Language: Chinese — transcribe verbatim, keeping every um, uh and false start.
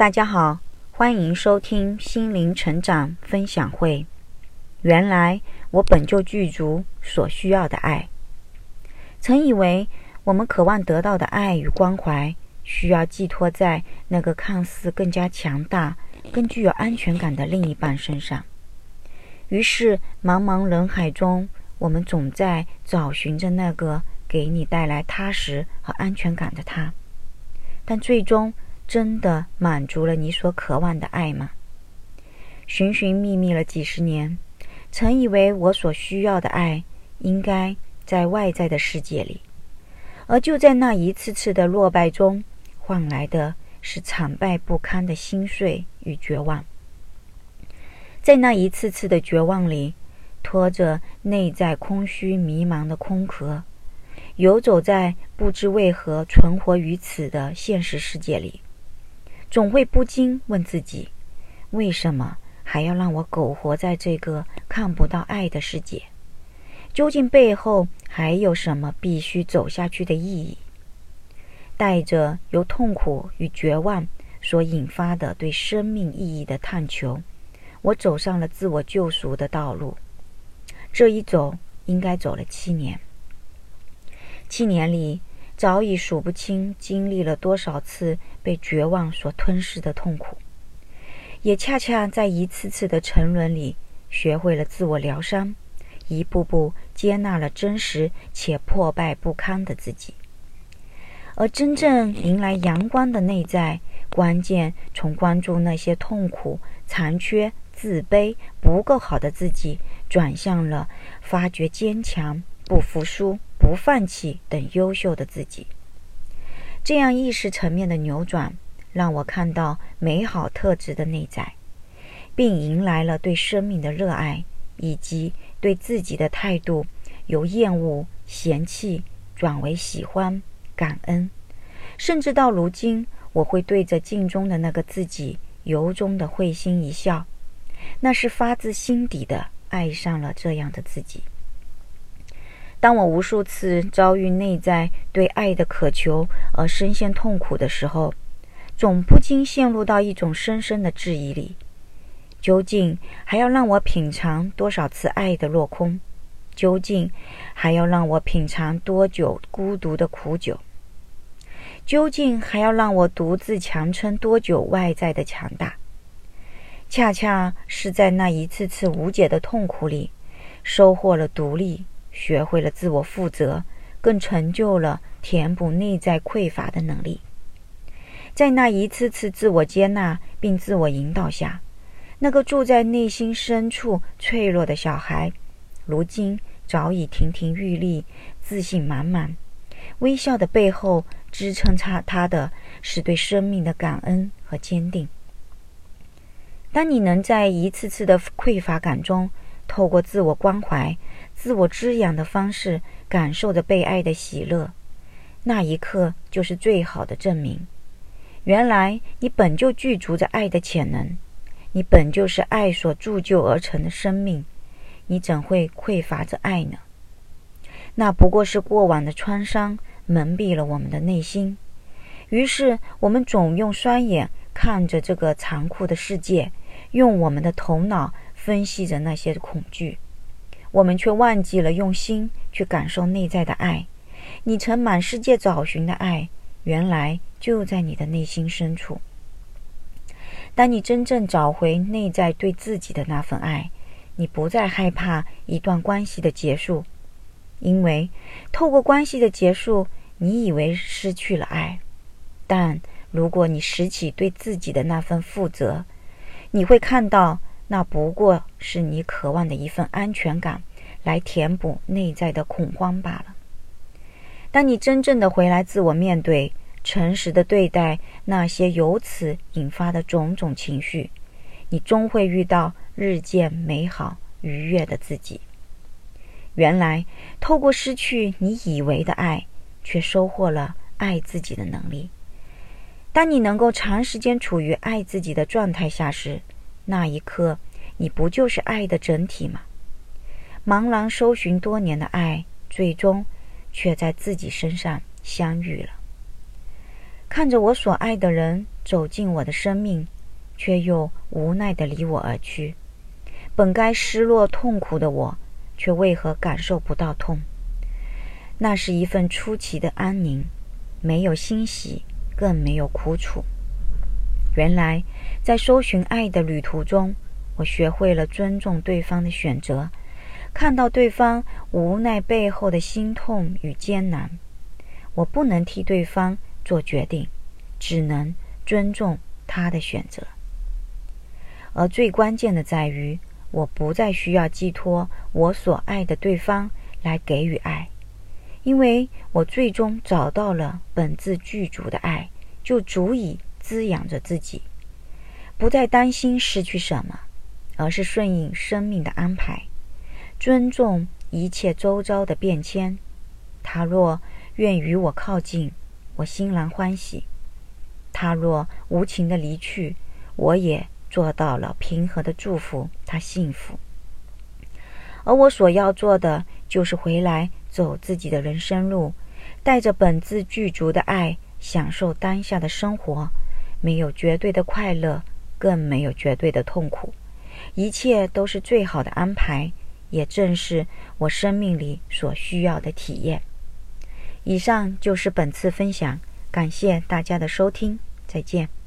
大家好，欢迎收听心灵成长分享会。原来我本就具足所需要的爱。曾以为我们渴望得到的爱与关怀，需要寄托在那个看似更加强大、更具有安全感的另一半身上。于是茫茫人海中，我们总在找寻着那个给你带来踏实和安全感的他。但最终真的满足了你所渴望的爱吗？寻寻觅觅了几十年，曾以为我所需要的爱应该在外在的世界里，而就在那一次次的落败中，换来的是惨败不堪的心碎与绝望。在那一次次的绝望里，拖着内在空虚迷茫的空壳，游走在不知为何存活于此的现实世界里，总会不禁问自己，为什么还要让我苟活在这个看不到爱的世界？究竟背后还有什么必须走下去的意义？带着由痛苦与绝望所引发的对生命意义的探求，我走上了自我救赎的道路。这一走应该走了七年。七年里，早已数不清经历了多少次被绝望所吞噬的痛苦，也恰恰在一次次的沉沦里，学会了自我疗伤，一步步接纳了真实且破败不堪的自己。而真正迎来阳光的内在，关键从关注那些痛苦、残缺、自卑、不够好的自己，转向了发掘坚强、不服输、不放弃等优秀的自己。这样意识层面的扭转，让我看到美好特质的内在，并迎来了对生命的热爱，以及对自己的态度由厌恶、嫌弃转为喜欢、感恩。甚至到如今，我会对着镜中的那个自己由衷的会心一笑，那是发自心底的爱上了这样的自己。当我无数次遭遇内在对爱的渴求而深陷痛苦的时候，总不禁陷入到一种深深的质疑里。究竟还要让我品尝多少次爱的落空？究竟还要让我品尝多久孤独的苦酒？究竟还要让我独自强撑多久外在的强大？恰恰是在那一次次无解的痛苦里，收获了独立，学会了自我负责，更成就了填补内在匮乏的能力。在那一次次自我接纳并自我引导下，那个住在内心深处脆弱的小孩，如今早已亭亭玉立，自信满满。微笑的背后支撑他的是对生命的感恩和坚定。当你能在一次次的匮乏感中，透过自我关怀、自我滋养的方式，感受着被爱的喜乐，那一刻就是最好的证明。原来你本就具足着爱的潜能，你本就是爱所铸就而成的生命，你怎会匮乏着爱呢？那不过是过往的创伤蒙蔽了我们的内心，于是我们总用双眼看着这个残酷的世界，用我们的头脑分析着那些恐惧，我们却忘记了用心去感受内在的爱。你曾满世界找寻的爱，原来就在你的内心深处。当你真正找回内在对自己的那份爱，你不再害怕一段关系的结束，因为透过关系的结束，你以为失去了爱，但如果你拾起对自己的那份负责，你会看到那不过是你渴望的一份安全感，来填补内在的恐慌罢了。当你真正的回来自我面对，诚实的对待那些由此引发的种种情绪，你终会遇到日渐美好愉悦的自己。原来透过失去你以为的爱，却收获了爱自己的能力。当你能够长时间处于爱自己的状态下时，那一刻你不就是爱的整体吗？茫然搜寻多年的爱，最终却在自己身上相遇了。看着我所爱的人走进我的生命，却又无奈地离我而去。本该失落痛苦的我，却为何感受不到痛？那是一份出奇的安宁，没有欣喜，更没有苦楚。原来在搜寻爱的旅途中，我学会了尊重对方的选择，看到对方无奈背后的心痛与艰难。我不能替对方做决定，只能尊重他的选择。而最关键的在于，我不再需要寄托我所爱的对方来给予爱，因为我最终找到了本自具足的爱，就足以滋养着自己，不再担心失去什么，而是顺应生命的安排，尊重一切周遭的变迁。他若愿与我靠近，我欣然欢喜；他若无情的离去，我也做到了平和的祝福他幸福。而我所要做的，就是回来走自己的人生路，带着本自具足的爱，享受当下的生活。没有绝对的快乐，更没有绝对的痛苦，一切都是最好的安排，也正是我生命里所需要的体验。以上就是本次分享，感谢大家的收听，再见。